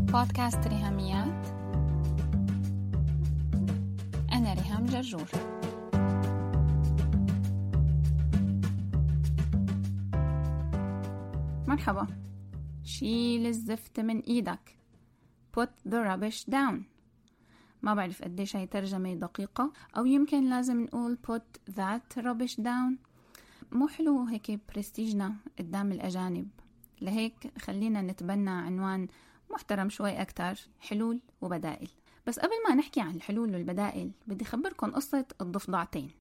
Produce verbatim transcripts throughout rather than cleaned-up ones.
بودكاست ريهاميات. أنا ريهام جرجور. مرحبا. شيل الزفت من إيدك. Put the rubbish down. ما بعرف قديش هاي ترجمة دقيقة، أو يمكن لازم نقول put that rubbish down. مو حلو هيك برستيجنا قدام الأجانب، لهيك خلينا نتبنى عنوان محترم شوي أكتر: حلول وبدائل. بس قبل ما نحكي عن الحلول والبدائل بدي خبركم قصة الضفدعتين.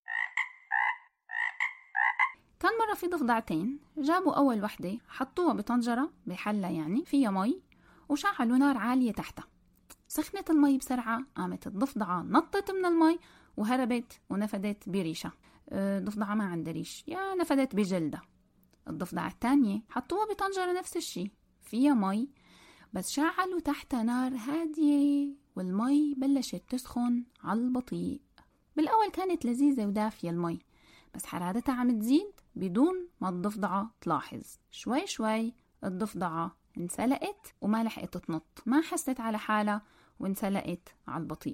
كان مرة في ضفدعتين جابوا أول وحدة حطوها بطنجرة بحلة يعني فيها مي، وشعلوا نار عالية تحتها. سخنت المي بسرعة، قامت الضفدعة نطت من المي وهربت ونفدت بريشة. الضفدعة ما عندها ريش، يا نفدت بجلدة. الضفدعة الثانية حطوها بطنجرة نفس الشي فيها مي، بس شعلوا تحتها نار هادية والمي بلشت تسخن على البطيء. بالأول كانت لذيذة ودافية المي، بس حرارتها عم تزيد بدون ما الضفدعة تلاحظ. شوي شوي الضفدعة انسلقت وما لحقت تنط، ما حست على حالها وانسلقت على البطيء.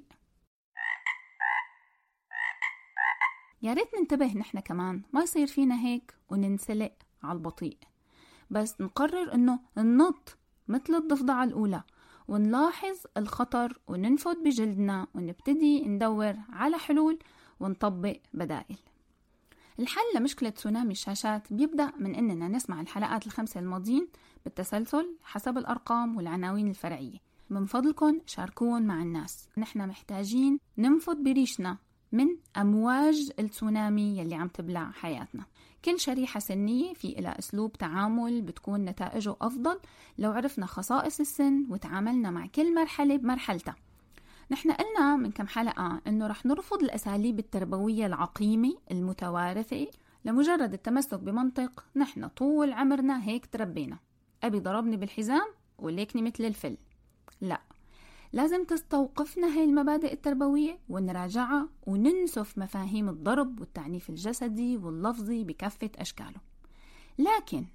يا ريت ننتبه نحن كمان ما يصير فينا هيك وننسلق على البطيء، بس نقرر انه ننط مثل الضفدعة الأولى ونلاحظ الخطر وننفذ بجلدنا ونبتدي ندور على حلول ونطبق بدائل. الحل لمشكلة تسونامي الشاشات بيبدأ من أننا نسمع الحلقات الخمسة الماضيين بالتسلسل حسب الأرقام والعناوين الفرعية. من فضلكم شاركون مع الناس، نحن محتاجين ننفذ بريشنا من أمواج التسونامي يلي عم تبلع حياتنا. كل شريحة سنية في إلى أسلوب تعامل بتكون نتائجه أفضل لو عرفنا خصائص السن وتعاملنا مع كل مرحلة بمرحلتها. نحن قلنا من كم حلقة إنه رح نرفض الأساليب التربوية العقيمة المتوارثة لمجرد التمسك بمنطق نحن طول عمرنا هيك تربينا، أبي ضربني بالحزام وليكني مثل الفل. لا، لازم تستوقفنا هاي المبادئ التربوية ونراجعها وننسف مفاهيم الضرب والتعنيف الجسدي واللفظي بكافة أشكاله. لكن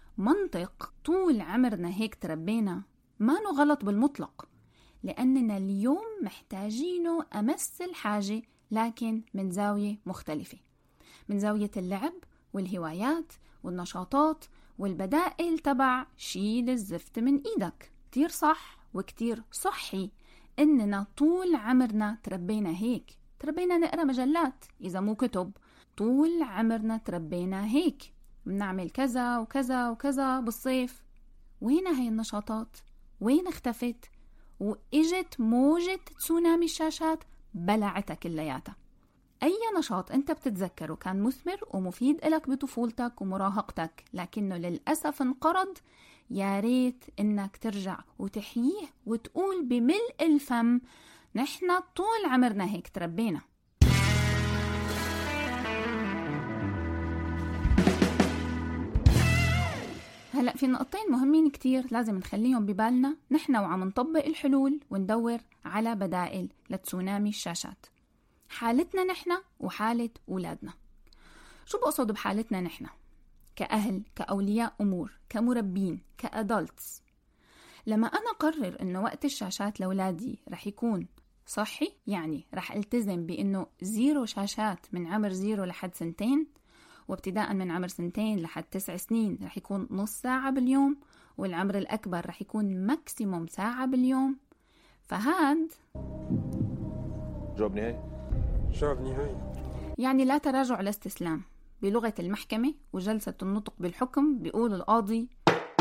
منطق طول عمرنا هيك تربينا ما غلط بالمطلق، لأننا اليوم محتاجينه أمس الحاجة، لكن من زاوية مختلفة، من زاوية اللعب والهوايات والنشاطات والبدائل تبع شيل الزفت من إيدك. كتير صح وكتير صحي إننا طول عمرنا تربينا هيك، تربينا نقرأ مجلات إذا مو كتب، طول عمرنا تربينا هيك بنعمل كذا وكذا وكذا بالصيف. وين هاي النشاطات؟ وين اختفت؟ وإجت موجة تسونامي الشاشات بلعتها كلياتها. أي نشاط أنت بتتذكره كان مثمر ومفيد لك بطفولتك ومراهقتك لكنه للأسف انقرض، يا ريت إنك ترجع وتحييه وتقول بملء الفم نحن طول عمرنا هيك تربينا. هلأ في نقطتين مهمين كتير لازم نخليهم ببالنا نحن وعم نطبق الحلول وندور على بدائل لتسونامي الشاشات: حالتنا نحن وحالة أولادنا. شو بقصد بحالتنا نحن؟ كأهل، كأولياء أمور، كمربين، كأدلتس. لما أنا قرر إنه وقت الشاشات لأولادي رح يكون صحي، يعني رح التزم بإنه زيرو شاشات من عمر زيرو لحد سنتين، وابتداء من عمر سنتين لحد تسع سنين رح يكون نص ساعة باليوم، والعمر الأكبر رح يكون ماكسيموم ساعة باليوم. فهاد جواب نهائي. جواب نهائي يعني لا تراجع لا استسلام. بلغة المحكمة وجلسة النطق بالحكم بيقول القاضي: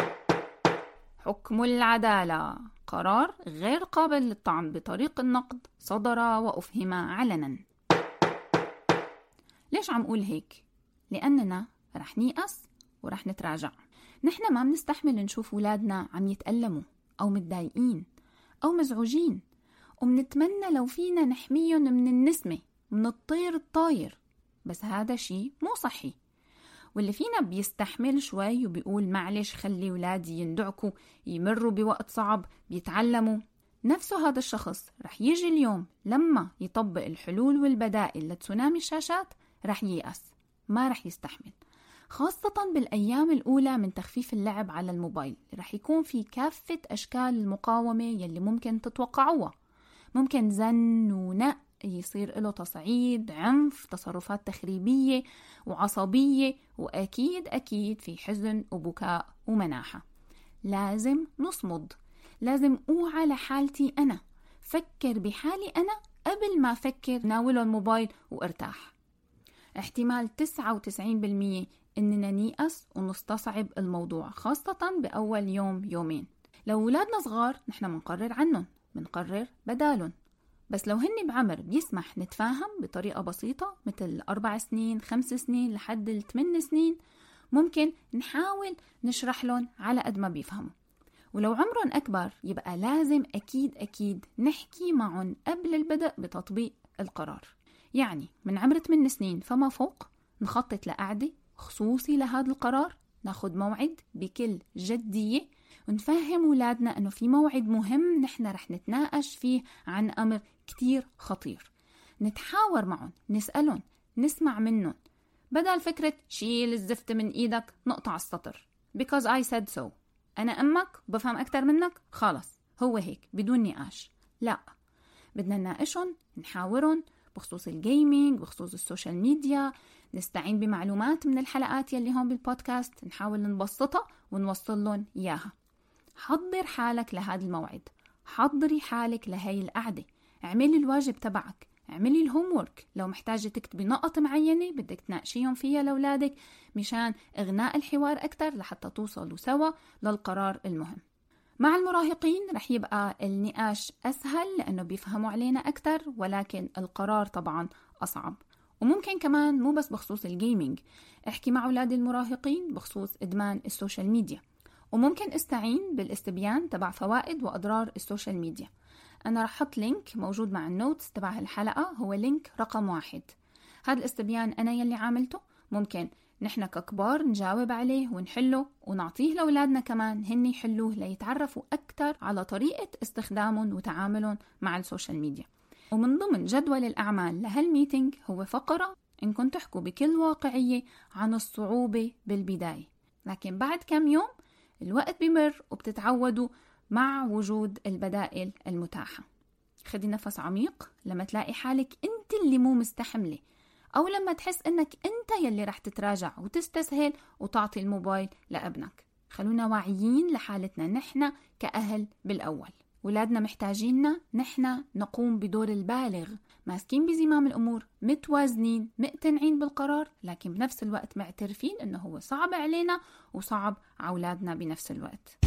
حكم العدالة، قرار غير قابل للطعن بطريق النقد صدر وأفهم علنا. ليش عم أقول هيك؟ لأننا رح نيأس ورح نتراجع. نحن ما بنستحمل نشوف أولادنا عم يتألموا أو متضايقين أو مزعوجين، ومنتمنى لو فينا نحميهم من النسمة، من الطير الطاير، بس هذا شيء مو صحي. واللي فينا بيستحمل شوي وبيقول معلش خلي ولادي يندعكوا يمروا بوقت صعب بيتعلموا، نفسه هذا الشخص رح يجي اليوم لما يطبق الحلول والبدائل لتسونامي الشاشات رح ييأس، ما رح يستحمل. خاصة بالأيام الأولى من تخفيف اللعب على الموبايل. رح يكون في كافة أشكال المقاومة يلي ممكن تتوقعوها. ممكن زن ونق، يصير له تصعيد، عنف، تصرفات تخريبية وعصبية، وأكيد أكيد في حزن وبكاء ومناحة. لازم نصمد، لازم أوعى لحالتي أنا، فكر بحالي أنا قبل ما فكر ناوله الموبايل وارتاح. احتمال تسعة وتسعين بالمية إننا نيأس ونستصعب الموضوع، خاصة بأول يوم يومين. لو أولادنا صغار نحن منقرر عنهم، منقرر بدالهم. بس لو هني بعمر بيسمح نتفاهم بطريقة بسيطة مثل أربع سنين، خمس سنين لحد الثمان سنين، ممكن نحاول نشرح لهم على قد ما بيفهموا. ولو عمرهم أكبر يبقى لازم أكيد أكيد نحكي معهم قبل البدء بتطبيق القرار. يعني من عمر ثمان سنين فما فوق نخطط لقعدة خصوصي لهذا القرار، ناخد موعد بكل جدية ونفهم أولادنا أنه في موعد مهم نحن رح نتناقش فيه عن أمر كتير خطير. نتحاور معهم، نسألهم، نسمع منهم، بدل فكرة شيل الزفت من إيدك نقطع السطر because I said so، أنا أمك بفهم أكتر منك، خلاص هو هيك بدون نقاش. لا، بدنا نناقشهم، نحاورهم بخصوص الجيمينج، بخصوص السوشيال ميديا، نستعين بمعلومات من الحلقات يلي هون بالبودكاست، نحاول نبسطها ونوصل لهم إياها. حضر حالك لهذا الموعد، حضري حالك لهي القعدة، اعملي الواجب تبعك، اعملي الهومورك، لو محتاجة تكتبي نقط معينة بدك تناقشيهم فيها لأولادك مشان إغناء الحوار أكتر لحتى توصلوا سوا للقرار المهم. مع المراهقين رح يبقى النقاش أسهل لأنه بيفهموا علينا أكتر، ولكن القرار طبعا أصعب. وممكن كمان مو بس بخصوص الجيمينج، احكي مع أولاد المراهقين بخصوص إدمان السوشيال ميديا، وممكن استعين بالاستبيان تبع فوائد وأضرار السوشيال ميديا. أنا رح أحط لينك موجود مع النوتس تبع الحلقة، هو لينك رقم واحد. هذا الاستبيان أنا يلي عاملته، ممكن نحن ككبار نجاوب عليه ونحله ونعطيه لأولادنا كمان هن يحلوه ليتعرفوا أكتر على طريقة استخدامهم وتعاملهم مع السوشيال ميديا. ومن ضمن جدول الأعمال لهالميتينج هو فقرة إنكم تحكوا بكل واقعية عن الصعوبة بالبداية، لكن بعد كم يوم الوقت بيمر وبتتعودوا مع وجود البدائل المتاحة. خدي نفس عميق لما تلاقي حالك أنت اللي مو مستحملة، أو لما تحس أنك أنت يلي رح تتراجع وتستسهل وتعطي الموبايل لابنك. خلونا واعيين لحالتنا نحن كأهل بالأول. ولادنا محتاجيننا نحن نقوم بدور البالغ، ماسكين بزمام الأمور، متوازنين، مقتنعين بالقرار، لكن بنفس الوقت معترفين أنه هو صعب علينا وصعب على أولادنا بنفس الوقت.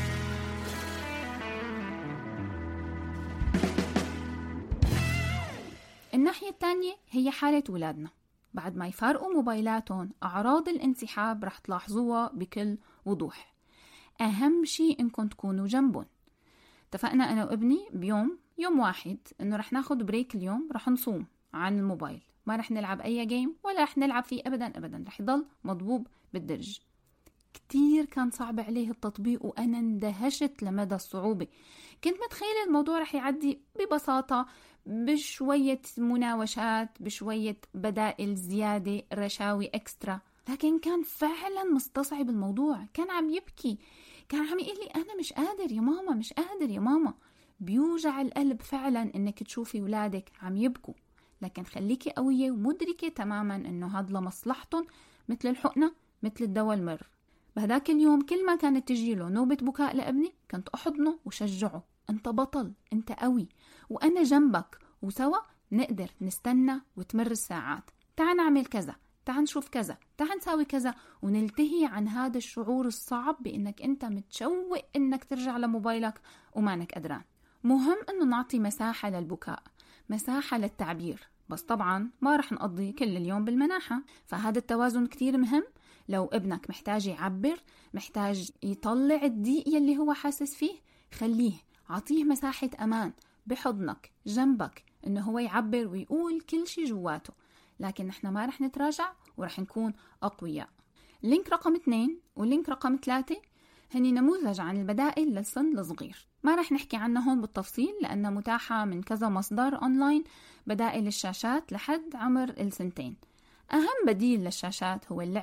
الناحية الثانية هي حالة أولادنا. بعد ما يفارقوا موبايلاتهم أعراض الانسحاب رح تلاحظوها بكل وضوح. أهم شيء إنكم تكونوا جنبهم. اتفقنا أنا وابني بيوم يوم واحد إنه رح ناخد بريك اليوم، رح نصوم عن الموبايل، ما رح نلعب أي جيم ولا رح نلعب فيه أبدا أبدا، رح يضل مضبوب بالدرج. كتير كان صعب عليه التطبيق وأنا اندهشت لمدى الصعوبة. كنت متخيلة الموضوع رح يعدي ببساطة، بشوية مناوشات، بشوية بدائل زيادة، رشاوي إكسترا، لكن كان فعلا مستصعب الموضوع. كان عم يبكي، كان عم يقول لي أنا مش قادر يا ماما، مش قادر يا ماما. بيوجع القلب فعلا إنك تشوفي ولادك عم يبكوا، لكن خليكي قوية ومدركة تماما إنه هذا لمصلحتهم، مثل الحقنة، مثل الدواء المر. بهداك اليوم كل ما كانت تجيله نوبة بكاء لابني كنت أحضنه وشجعه، أنت بطل، أنت قوي، وأنا جنبك، وسوا نقدر نستنى وتمر الساعات. تعال نعمل كذا، تعال نشوف كذا، تعال نساوي كذا، ونلتهي عن هذا الشعور الصعب بأنك أنت متشوق أنك ترجع لموبايلك ومانك قدران. مهم أنه نعطي مساحة للبكاء، مساحة للتعبير، بس طبعا ما رح نقضي كل اليوم بالمناحة. فهذا التوازن كتير مهم. لو ابنك محتاج يعبر، محتاج يطلع الضيق يلي هو حاسس فيه، خليه، عطيه مساحة أمان بحضنك جنبك إنه هو يعبر ويقول كل شي جواته، لكن نحن ما رح نتراجع ورح نكون أقوياء. لينك رقم اثنين ولينك رقم ثلاثة هني نموذج عن البدائل للسن الصغير. ما رح نحكي عنهم بالتفصيل لأنها متاحة من كذا مصدر أونلاين. بدائل الشاشات لحد عمر السنتين. أهم بديل للشاشات هو اللعب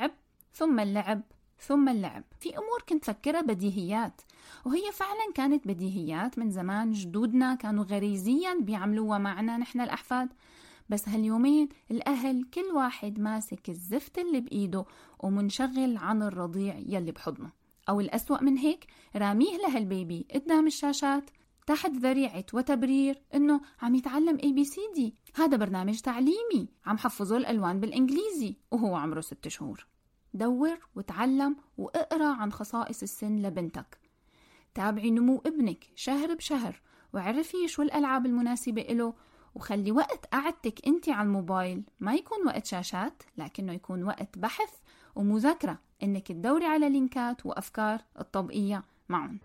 ثم اللعب ثم اللعب. في أمور كنت فكرها بديهيات، وهي فعلا كانت بديهيات من زمان، جدودنا كانوا غريزيا بيعملوها معنا نحن الأحفاد. بس هاليومين الأهل كل واحد ماسك الزفت اللي بإيده ومنشغل عن الرضيع يلي بحضنه، أو الأسوأ من هيك راميه لهالبيبي قدام الشاشات تحت ذريعة وتبرير إنه عم يتعلم إيه بي سي دي، هذا برنامج تعليمي عم حفظه الألوان بالإنجليزي وهو عمره ست شهور. دور وتعلم واقرأ عن خصائص السن لبنتك، تابعي نمو ابنك شهر بشهر وعرفي شو الألعاب المناسبة له، وخلي وقت قعدتك انت على الموبايل ما يكون وقت شاشات، لكنه يكون وقت بحث ومذاكرة، انك تدوري على لينكات وأفكار التطبيقية معهم.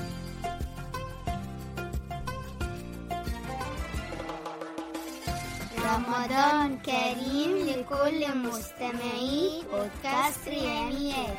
رمضان كريم لكل مستمعي بودكاست رياميات.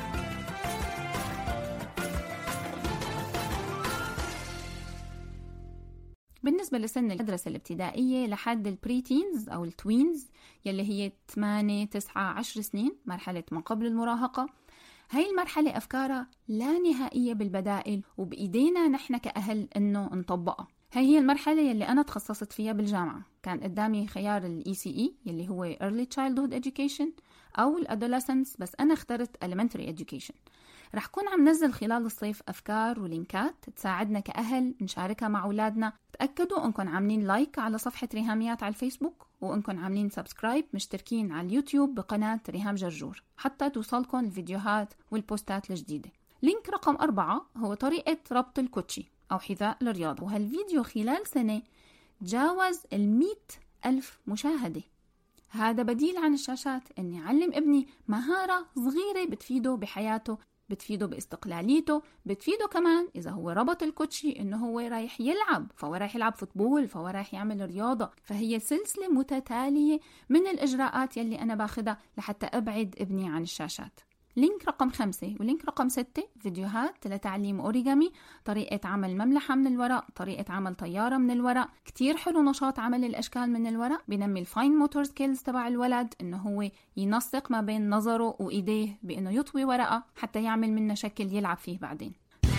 بالنسبة لسن المدرسة الابتدائية لحد البريتينز أو التوينز يلي هي ثمانية تسعة عشر سنين، مرحلة ما قبل المراهقة، هاي المرحلة أفكارها لا نهائية بالبدائل، وبإيدينا نحن كأهل إنه نطبقها. هاي هي المرحلة يلي أنا تخصصت فيها بالجامعة. كان قدامي خيار ال إي سي إي يلي هو Early Childhood Education أو ال Adolescence، بس أنا اخترت Elementary Education. رح كون عم نزل خلال الصيف أفكار ولينكات تساعدنا كأهل نشاركها مع أولادنا. تأكدوا أنكم عاملين لايك على صفحة ريهاميات على الفيسبوك، وأنكم عاملين سبسكرايب مشتركين على اليوتيوب بقناة ريهام جرجور حتى توصلكم الفيديوهات والبوستات الجديدة. لينك رقم أربعة هو طريقة ربط الكوتشي أو حذاء الرياضة، وهالفيديو خلال سنة جاوز المئة ألف مشاهدة. هذا بديل عن الشاشات، أني أعلم ابني مهارة صغيرة بتفيده بحياته، بتفيده باستقلاليته، بتفيده كمان إذا هو ربط الكوتشي إنه هو رايح يلعب، فهو رايح يلعب فوتبول، فهو رايح يعمل رياضة. فهي سلسلة متتالية من الإجراءات يلي أنا باخدها لحتى أبعد ابني عن الشاشات. لينك رقم خمسة ولينك رقم ستة فيديوهات لتعليم أوريغامي، طريقة عمل مملحة من الورق، طريقة عمل طيارة من الورق. كتير حلو نشاط عمل الأشكال من الورق، بينمي الفاين موتور سكيلز تبع الولد، إنه هو ينسق ما بين نظره وإيديه بإنه يطوي ورقة حتى يعمل منه شكل يلعب فيه بعدين.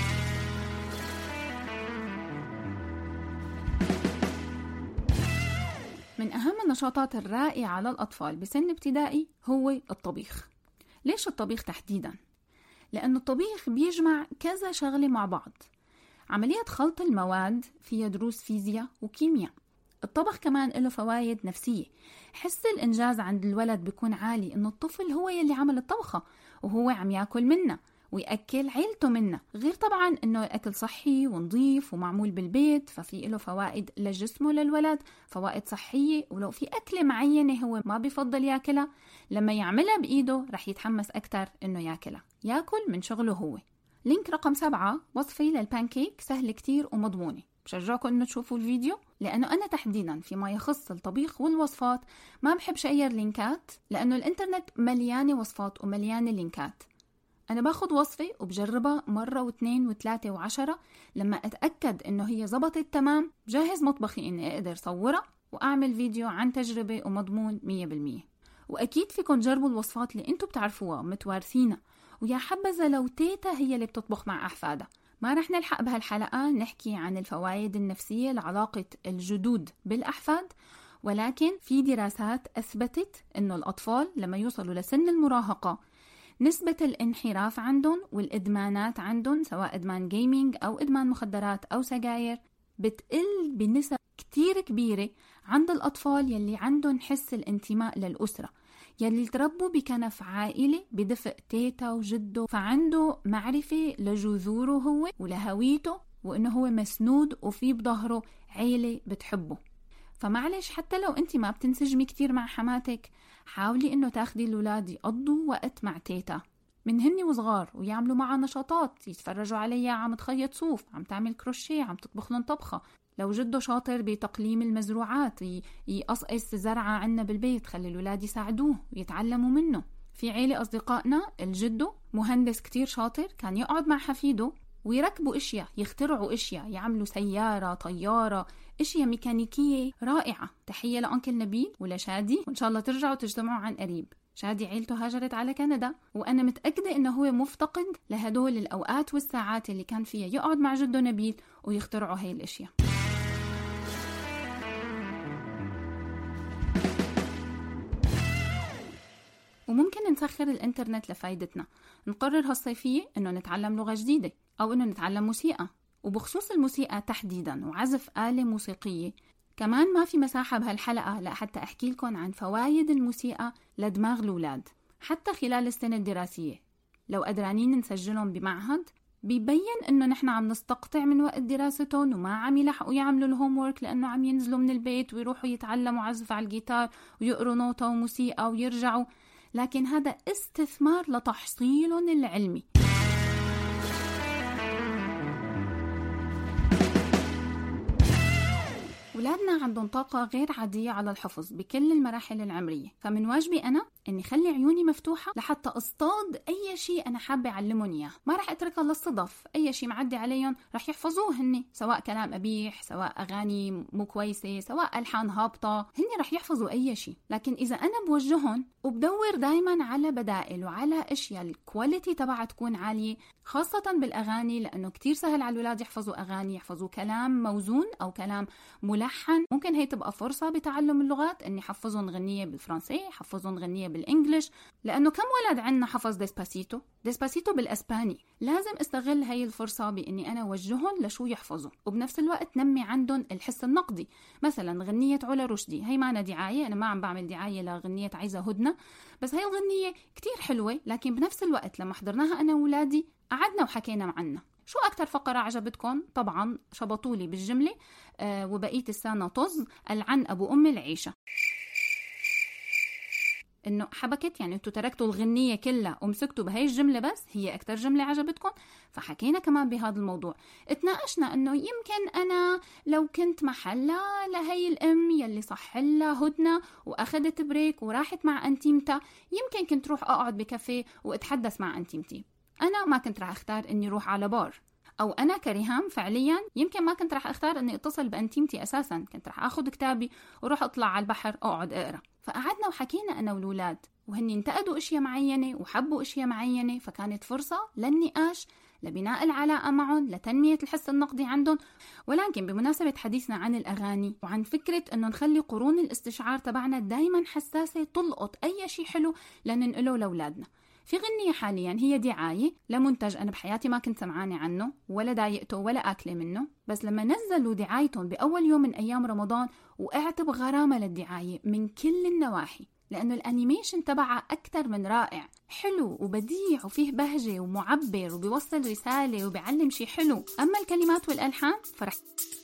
من أهم النشاطات الرائعة للأطفال بسن ابتدائي هو الطبيخ. ليش الطبيخ تحديداً؟ لأن الطبيخ بيجمع كذا شغلة مع بعض. عملية خلط المواد فيها دروس فيزياء وكيمياء. الطبخ كمان له فوائد نفسية. حس الإنجاز عند الولد بيكون عالي، إنه الطفل هو يلي عمل الطبخة وهو عم يأكل منها ويأكل عيلته منها، غير طبعاً إنه الأكل صحي ونظيف ومعمول بالبيت، ففي له فوائد لجسمه للولد، فوائد صحية. ولو في أكلة معينة هو ما بيفضل يأكلها، لما يعملها بإيده رح يتحمس أكتر إنه يأكلها، يأكل من شغله هو. لينك رقم سبعة وصفي للبانكيك سهل كتير ومضمونة. بشجعكم إنه تشوفوا الفيديو، لأنه أنا تحديداً فيما يخص الطبيخ والوصفات ما بحب شير لينكات، لأنه الإنترنت مليانة وصفات ومليانة لينكات. أنا باخد وصفة وبجربها مرة واثنين وثلاثة وعشرة، لما أتأكد إنه هي زبطت تمام بجهز مطبخي إني أقدر صورها وأعمل فيديو عن تجربة ومضمون مية بالمية. وأكيد فيكم تجربوا الوصفات اللي أنتوا بتعرفوها متوارثينها، ويا حبذا لو تيتا هي اللي بتطبخ مع أحفادها. ما رح نلحق بهالحلقة نحكي عن الفوائد النفسية لعلاقة الجدود بالأحفاد، ولكن في دراسات أثبتت إنه الأطفال لما يوصلوا لسن المراهقة نسبة الانحراف عندهم والإدمانات عندهم، سواء إدمان جيمينج أو إدمان مخدرات أو سجاير، بتقل بنسب كتير كبيرة عند الأطفال يلي عندهم حس الانتماء للأسرة، يلي تربوا بكنف عائلة بدفء تيتا وجده، فعنده معرفة لجذوره هو ولهويته، وإنه هو مسنود وفي بظهره عيلة بتحبه. فمعلش حتى لو أنت ما بتنسجمي كتير مع حماتك، حاولي إنه تاخدي الولاد يقضوا وقت مع تيتا من هني وصغار، ويعملوا معها نشاطات، يتفرجوا عليها عم تخيط صوف، عم تعمل كروشيه، عم تطبخ لهم طبخة. لو جده شاطر بتقليم المزروعات يقصقص زرعة عنا بالبيت، خلي الولاد يساعدوه ويتعلموا منه. في عيلة أصدقائنا الجدو مهندس كتير شاطر، كان يقعد مع حفيده ويركبوا اشياء، يخترعوا اشياء، يعملوا سيارة، طيارة، اشياء ميكانيكية رائعة. تحية لأنكل نبيل ولشادي، وإن شاء الله ترجعوا تجتمعوا عن قريب. شادي عيلته هاجرت على كندا، وأنا متأكدة إنه هو مفتقد لهدول الأوقات والساعات اللي كان فيها يقعد مع جده نبيل ويخترعوا هاي الأشياء. وممكن نسخر الإنترنت لفايدتنا، نقرر هالصيفية إنه نتعلم لغة جديدة أو إنه نتعلم موسيقى. وبخصوص الموسيقى تحديداً وعزف آلة موسيقية، كمان ما في مساحة بهالحلقة لحتى أحكي لكم عن فوايد الموسيقى لدماغ الأولاد حتى خلال السنة الدراسية. لو قدرانين نسجلهم بمعهد بيبين إنه نحن عم نستقطع من وقت دراستهم وما عم يلحقوا يعملوا الهوم وورك لأنه عم ينزلوا من البيت ويروحوا يتعلموا عزف على الجيتار ويقروا نوتة وموسيقى ويرجعوا، لكن هذا استثمار لتحصيلهم العلمي. أولادنا عندهم طاقة غير عادية على الحفظ بكل المراحل العمرية، فمن واجبي أنا إني خلي عيوني مفتوحة لحتى أصطاد أي شيء أنا حابة أعلمهم إياه. ما رح أتركها للصدف، أي شيء معدي عليهم رح يحفظوه هني، سواء كلام قبيح، سواء أغاني مو كويسة، سواء ألحان هابطة، هني رح يحفظوا أي شيء. لكن إذا أنا بوجههم وبدور دايما على بدائل وعلى أشياء الكواليتي تبعها تكون عالية، خاصة بالأغاني، لأنه كتير سهل على الولاد يحفظوا أغاني، يحفظوا كلام موزون أو كلام ملحن. ممكن هي تبقى فرصة بتعلم اللغات، إني حفظهم غنية بالفرنسي، حفظهم غنية بالإنجليش، لأنه كم ولد عنا حفظ ديسباسيتو ديسباسيتو بالأسباني. لازم استغل هاي الفرصة بإني أنا أوجههم لشو يحفظوا، وبنفس الوقت نمي عندهم الحس النقدي. مثلا غنية علا رشدي، هي معنا دعاية، أنا ما عم بعمل دعاية لغنية عايزة هدنة، بس هاي الغنية كتير حلوة، لكن بنفس الوقت لما حضرناها أنا وولادي قعدنا وحكينا معنا. شو أكتر فقرة عجبتكم؟ طبعا شبطولي بالجملة آه وبقية السنة طز العن أبو أم العيشة، إنه حبكت، يعني أنتوا تركتوا الغنية كلها ومسكتوا بهاي الجملة بس، هي أكتر جملة عجبتكم. فحكينا كمان بهذا الموضوع، اتناقشنا إنه يمكن أنا لو كنت محلها لهي الأم يلي صحلها هدنة وأخذت بريك وراحت مع أنتيمتها، يمكن كنت روح أقعد بكافيه وأتحدث مع أنتيمتي. أنا ما كنت راح أختار إني روح على بار، أو أنا كريهام فعليا يمكن ما كنت راح أختار إني أتصل بأنتيمتي أساسا، كنت راح أخذ كتابي وروح أطلع على البحر أقعد أقرأ. فقعدنا وحكينا أنا والولاد، وهن انتقدوا أشياء معينة وحبوا أشياء معينة، فكانت فرصة للنقاش، لبناء العلاقة معهم، لتنمية الحس النقدي عندهم. ولكن بمناسبة حديثنا عن الأغاني وعن فكرة أنه نخلي قرون الاستشعار تبعنا دايما حساسة، تلقط أي شيء حلو لننقله لأولادنا. في غنية حاليا هي دعاية لمنتج أنا بحياتي ما كنت سمعاني عنه ولا ضايقته ولا أكله منه، بس لما نزلوا دعايتهم بأول يوم من أيام رمضان وقعت بغرامة للدعاية من كل النواحي، لأنه الأنيميشن تبعها أكتر من رائع، حلو وبديع وفيه بهجة ومعبر وبيوصل رسالة وبيعلم شي حلو. أما الكلمات والألحان فرح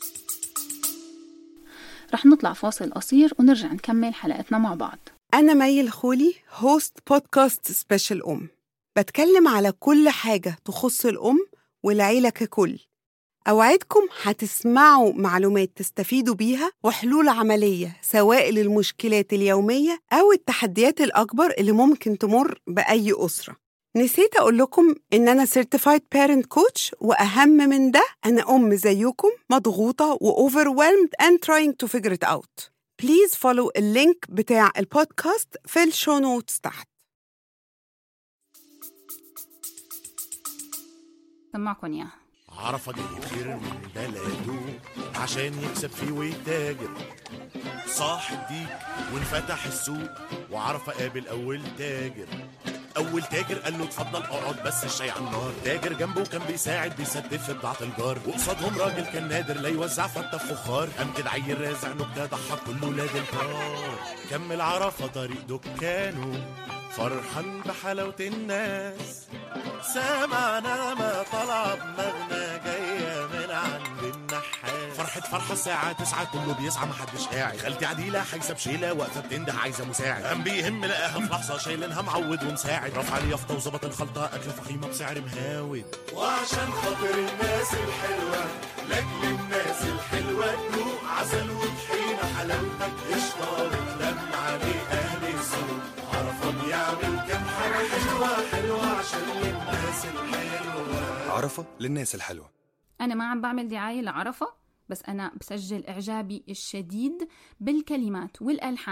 رح نطلع فاصل قصير ونرجع نكمل حلقتنا مع بعض. أنا مي الخولي، هوست بودكاست سبيشال أم، بتكلم على كل حاجة تخص الأم والعيلة ككل. أوعدكم هتسمعوا معلومات تستفيدوا بيها وحلول عملية، سواء للمشكلات اليومية أو التحديات الأكبر اللي ممكن تمر بأي أسرة. نسيت أقول لكم إن أنا Certified Parent Coach، وأهم من ده أنا أم زيكم مضغوطة و overwhelmed and trying to figure it out. بليز فولو اللينك بتاع البودكاست في الشو نوتس تحت. سمعكم يا عرفة جاي خير من بلده عشان يكسب فيه ويتاجر، صاح الديك وانفتح السوق وعرفة قابل أول تاجر. أول تاجر قال له اتفضل اقعد بس الشاي على النار، تاجر جنبه كان بيساعد بيسدف في بضاعة الجار، وقصادهم راجل كان نادر لا يوزع فتة فخار، قام كده عيل رازع نكتة ضحك كل ولاد الكار. كمل عرفة طريق دكانه فرحان بحلاوة الناس، سمعنا ما طلع بمغنى جاية من عند النحاس. فرحة فرحة الساعة تسعة كله بيسعى محدش قاعد، خالتي عديلة حايسة بشيلة واقفة بتنده عايزة مساعد، قام بيهم لقاها في لحظة شايلينها معود ومساعد، رفع اليافطة وظبط الخلطة أكلة فخيمة بسعر مهاود. وعشان خاطر الناس الحلوة لأجل الناس الحلوة تدوق عسل وطحينة حلاوتك قشطة وتلم عليه أهل السوق، عرفة بيعمل كام حاجة حلوة حلوة عشان للناس الحلوة. عرفة للناس الحلوة. أنا ما عم بعمل دعاية لعرفة، بس أنا بسجل إعجابي الشديد بالكلمات والألحان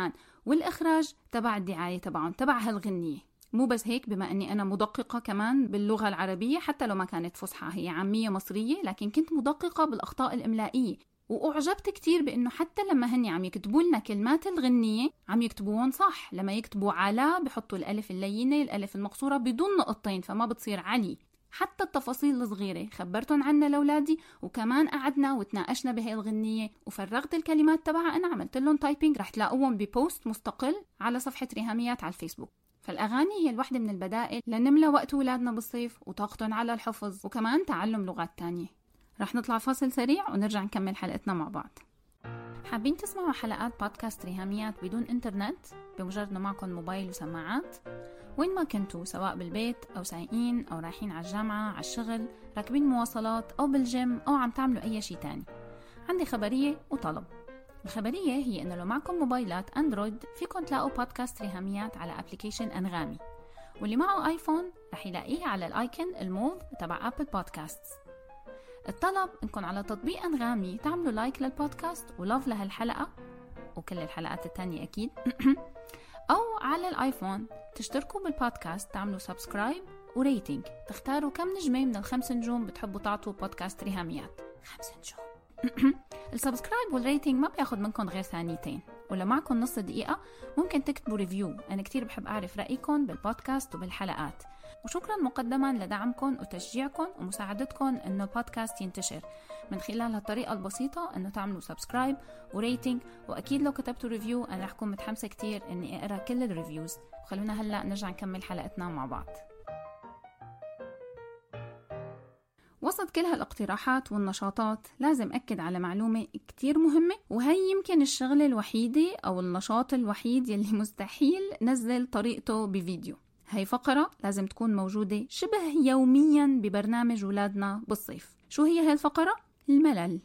والإخراج تبع الدعاية تبعهم تبع هالغنية. مو بس هيك، بما أني أنا مدققة كمان باللغة العربية حتى لو ما كانت فصحى، هي عامية مصرية، لكن كنت مدققة بالأخطاء الإملائية. وأعجبت كتير بأنه حتى لما هني عم يكتبوا لنا كلمات الغنية عم يكتبوهم صح. لما يكتبوا على بيحطوا الألف اللينة الألف المقصورة بدون نقطتين، فما بتصير علي. حتى التفاصيل الصغيرة خبرتهم عنا لأولادي، وكمان قعدنا وتناقشنا بهاي الغنية وفرغت الكلمات تبعها. أنا عملت لهم تايبينج، رح تلاقوهم ببوست مستقل على صفحة ريهاميات على الفيسبوك. فالأغاني هي الوحدة من البدائل لنملى وقت أولادنا بالصيف وطاقتهم على الحفظ وكمان تعلم لغات تانية. رح نطلع فاصل سريع ونرجع نكمل حلقتنا مع بعض. حابين تسمعوا حلقات بودكاست ريهاميات بدون إنترنت بمجرد أنه معكم موبايل وسماعات؟ وين ما كنتوا، سواء بالبيت أو سايقين أو رايحين على الجامعة، على الشغل، راكبين مواصلات أو بالجيم أو عم تعملوا أي شيء تاني، عندي خبرية وطلب. الخبرية هي إنه لو معكم موبايلات أندرويد فيكم تلاقوا بودكاست ريهاميات على أبليكيشن أنغامي، واللي معه آيفون رح يلاقيه على الآيكون الموف تبع أبل بودكاست. الطلب إنكم على تطبيق أنغامي تعملوا لايك للبودكاست ولوف لهالحلقة وكل الحلقات التانية أكيد أو على الآيفون تشتركوا بالبودكاست، تعملوا سبسكرايب وريتينج، تختاروا كم نجمة من الخمس نجوم بتحبوا تعطوا بودكاست ريهاميات. خمس نجوم. السبسكرايب والريتينج ما بياخد منكم غير ثانيتين، ولو معكم نص دقيقة ممكن تكتبوا ريفيو. أنا كتير بحب أعرف رأيكم بالبودكاست وبالحلقات. وشكرا مقدما لدعمكم وتشجيعكم ومساعدتكم إنه البودكاست ينتشر من خلال هالطريقة البسيطة، إنه تعملوا سبسكرايب وريتينج. وأكيد لو كتبتوا ريفيو أنا رح أكون متحمسة كتير إني أقرأ كل الريفيوز. وخلونا هلأ نرجع نكمل حلقتنا مع بعض. وسط كل هالاقتراحات والنشاطات لازم أكد على معلومة كتير مهمة، وهي يمكن الشغلة الوحيدة أو النشاط الوحيد يلي مستحيل نزل طريقته بفيديو. هاي فقرة لازم تكون موجودة شبه يوميا ببرنامج ولادنا بالصيف. شو هي هاي الفقرة؟ الملل.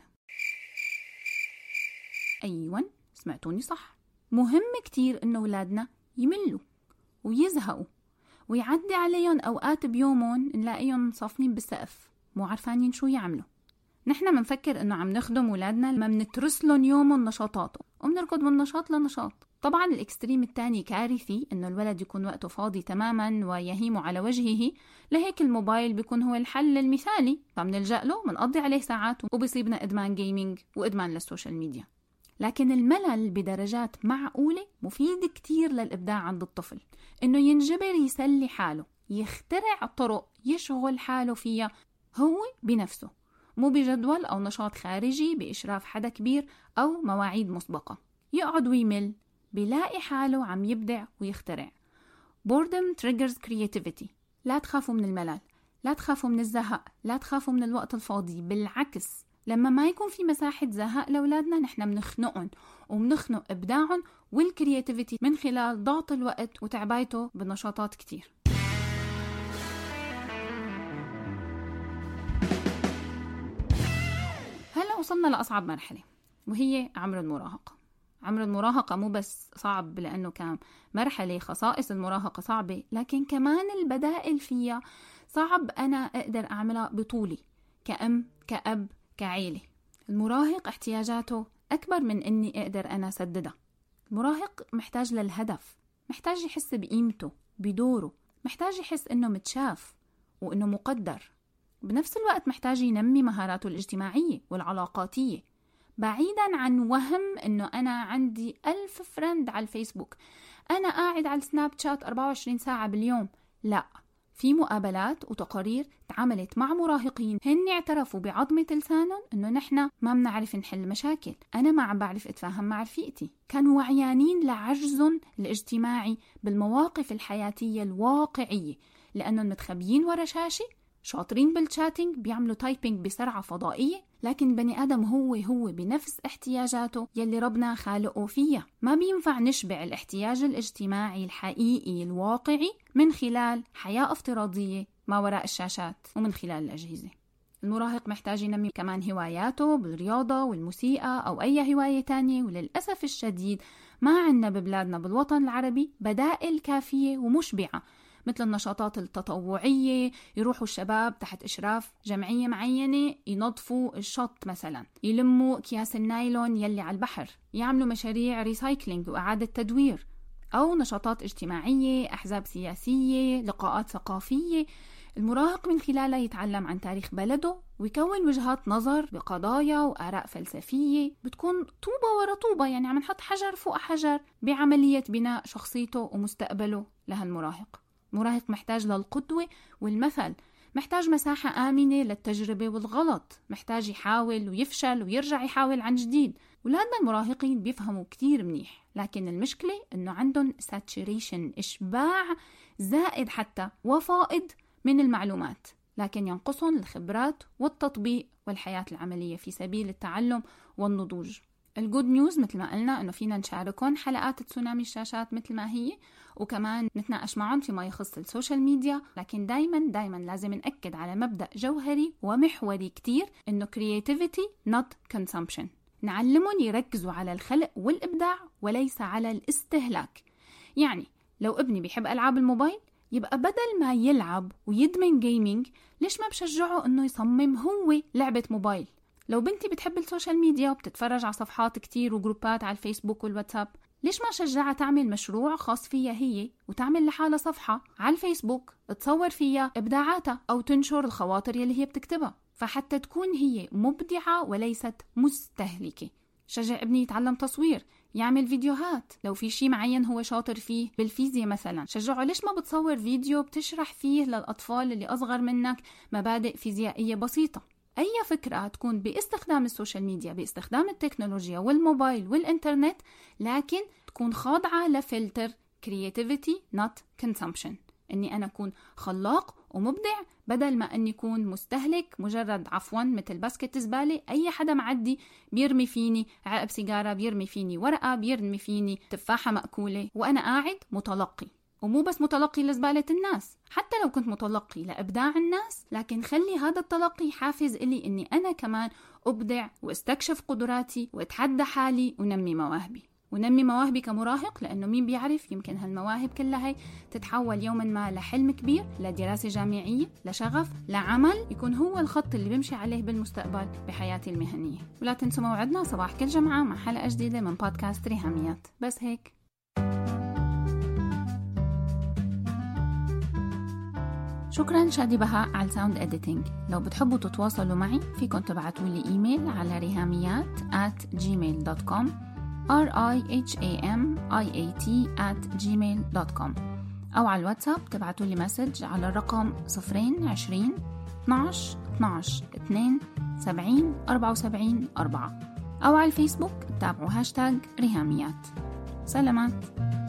أيوة سمعتوني صح، مهم كتير إنه ولادنا يملوا ويزهقوا ويعدي عليهم أوقات بيومهم نلاقيهم صافنين بالسقف مو عارفانين شو يعملوا. نحن منفكر إنه عم نخدم ولادنا لما منترسلن يومهم نشاطات ومنركض من نشاط لنشاط. طبعا الإكستريم الثاني كارثي، إنه الولد يكون وقته فاضي تماما ويهيم على وجهه، لهيك الموبايل بيكون هو الحل المثالي، فمنلجأ له منقضي عليه ساعات وبيصيبنا إدمان جيمينج وإدمان للسوشيال ميديا. لكن الملل بدرجات معقولة مفيد كتير للإبداع عند الطفل، إنه ينجبر يسلي حاله، يخترع طرق يشغل حاله فيها هو بنفسه، مو بجدول أو نشاط خارجي بإشراف حدا كبير أو مواعيد مسبقة. يقعد ويمل، بيلاقي حاله عم يبدع ويخترع. boredom triggers creativity. لا تخافوا من الملل، لا تخافوا من الزهق، لا تخافوا من الوقت الفاضي. بالعكس، لما ما يكون في مساحة زهق لأولادنا نحن منخنقهم ومنخنق إبداعهم والكرياتيفيتي من خلال ضغط الوقت وتعبايته بنشاطات كتير. هلأ وصلنا لأصعب مرحلة، وهي عمر المراهقة. عمر المراهقة مو بس صعب لأنه كان مرحلة خصائص المراهقة صعبة، لكن كمان البدائل فيها صعب أنا أقدر أعملها بطولي كأم كأب كعيلة. المراهق احتياجاته أكبر من أني أقدر أنا سددها. المراهق محتاج للهدف، محتاج يحس بقيمته بدوره، محتاج يحس أنه متشاف وأنه مقدر. بنفس الوقت محتاج ينمي مهاراته الاجتماعية والعلاقاتية، بعيدا عن وهم أنه أنا عندي ألف فرند على الفيسبوك، أنا قاعد على السناب شات أربعة وعشرين ساعة باليوم. لا، في مقابلات وتقارير تعاملت مع مراهقين هن اعترفوا بعظمة لسانهم أنه نحن ما بنعرف نحل مشاكل، أنا ما عم بعرف أتفاهم مع رفيقتي. كانوا وعيانين لعجزهم الاجتماعي بالمواقف الحياتية الواقعية، لأنهم متخبيين ورا شاشة، شاطرين بالشاتينج، بيعملوا تايبينج بسرعة فضائية، لكن بني آدم هو هو بنفس احتياجاته يلي ربنا خالقه فيها. ما بينفع نشبع الاحتياج الاجتماعي الحقيقي الواقعي من خلال حياة افتراضية ما وراء الشاشات ومن خلال الأجهزة. المراهق محتاج ينمي كمان هواياته بالرياضة والموسيقى أو أي هواية تانية، وللأسف الشديد ما عنا ببلادنا بالوطن العربي بدائل كافية ومشبعة مثل النشاطات التطوعية. يروحوا الشباب تحت إشراف جمعية معينة ينظفوا الشط مثلا، يلموا أكياس النايلون يلي على البحر، يعملوا مشاريع ريسايكلينج وإعادة تدوير، أو نشاطات اجتماعية، أحزاب سياسية، لقاءات ثقافية المراهق من خلالها يتعلم عن تاريخ بلده ويكون وجهات نظر بقضايا وآراء فلسفية بتكون طوبة ورا طوبة، يعني عم نحط حجر فوق حجر بعملية بناء شخصيته ومستقبله لهالمراهق. مراهق محتاج للقدوة والمثل، محتاج مساحة آمنة للتجربة والغلط، محتاج يحاول ويفشل ويرجع يحاول عن جديد. ولادنا المراهقين بيفهموا كتير منيح، لكن المشكلة إنه عندهم saturation، إشباع زائد حتى وفائض من المعلومات، لكن ينقصهم الخبرات والتطبيق والحياة العملية في سبيل التعلم والنضوج. الجود نيوز مثل ما قلنا إنه فينا نشاركهم حلقات تسونامي الشاشات مثل ما هي، وكمان نتناقش معهم فيما يخص السوشيال ميديا، لكن دايما دايما لازم نأكد على مبدأ جوهري ومحوري كتير إنه creativity not consumption. نعلمهم يركزوا على الخلق والإبداع وليس على الاستهلاك. يعني لو ابني بيحب ألعاب الموبايل، يبقى بدل ما يلعب ويدمن جيمينج، ليش ما بشجعه إنه يصمم هو لعبة موبايل؟ لو بنتي بتحب السوشيال ميديا وبتتفرج على صفحات كتير وجروبات على الفيسبوك والواتساب، ليش ما شجعها تعمل مشروع خاص فيها هي وتعمل لحالها صفحة على الفيسبوك تصور فيها إبداعاتها أو تنشر الخواطر يلي هي بتكتبها، فحتى تكون هي مبدعة وليست مستهلكة. شجع ابني يتعلم تصوير، يعمل فيديوهات. لو في شيء معين هو شاطر فيه بالفيزياء مثلا، شجعه ليش ما بتصور فيديو بتشرح فيه للأطفال اللي أصغر منك مبادئ فيزيائية بسيطة. أي فكرة تكون باستخدام السوشيال ميديا، باستخدام التكنولوجيا والموبايل والإنترنت، لكن تكون خاضعة لفلتر creativity not consumption، أني أنا أكون خلاق ومبدع بدل ما أني أكون مستهلك مجرد عفوا مثل باسكت زبالة. أي حدا معدي بيرمي فيني علب سيجارة، بيرمي فيني ورقة، بيرمي فيني تفاحة مأكولة، وأنا قاعد متلقي. ومو بس متلقي لزبالة الناس، حتى لو كنت متلقي لإبداع الناس، لكن خلي هذا التلقي حافز إلي أني أنا كمان أبدع واستكشف قدراتي واتحدى حالي ونمي مواهبي. ونمي مواهبي كمراهق، لأنه مين بيعرف يمكن هالمواهب كلها هي تتحول يوما ما لحلم كبير، لدراسة جامعية، لشغف، لعمل يكون هو الخط اللي بمشي عليه بالمستقبل بحياتي المهنية. ولا تنسوا موعدنا صباح كل جمعة مع حلقة جديدة من بودكاست ريهاميات. بس هيك. شكرا شادي بهاء على الساوند إديتينج. لو بتحبوا تتواصلوا معي فيكم تبعتوا لي إيميل على ريهاميات at gmail dot com r i h a m i a t at gmail dot com، أو على الواتساب تبعتوا لي مسج على الرقم صفرين عشرين اثناش اثناش اثنين سبعين أربعة وسبعين أربعة، أو على الفيسبوك تابعوا هاشتاج ريهاميات. سلامات.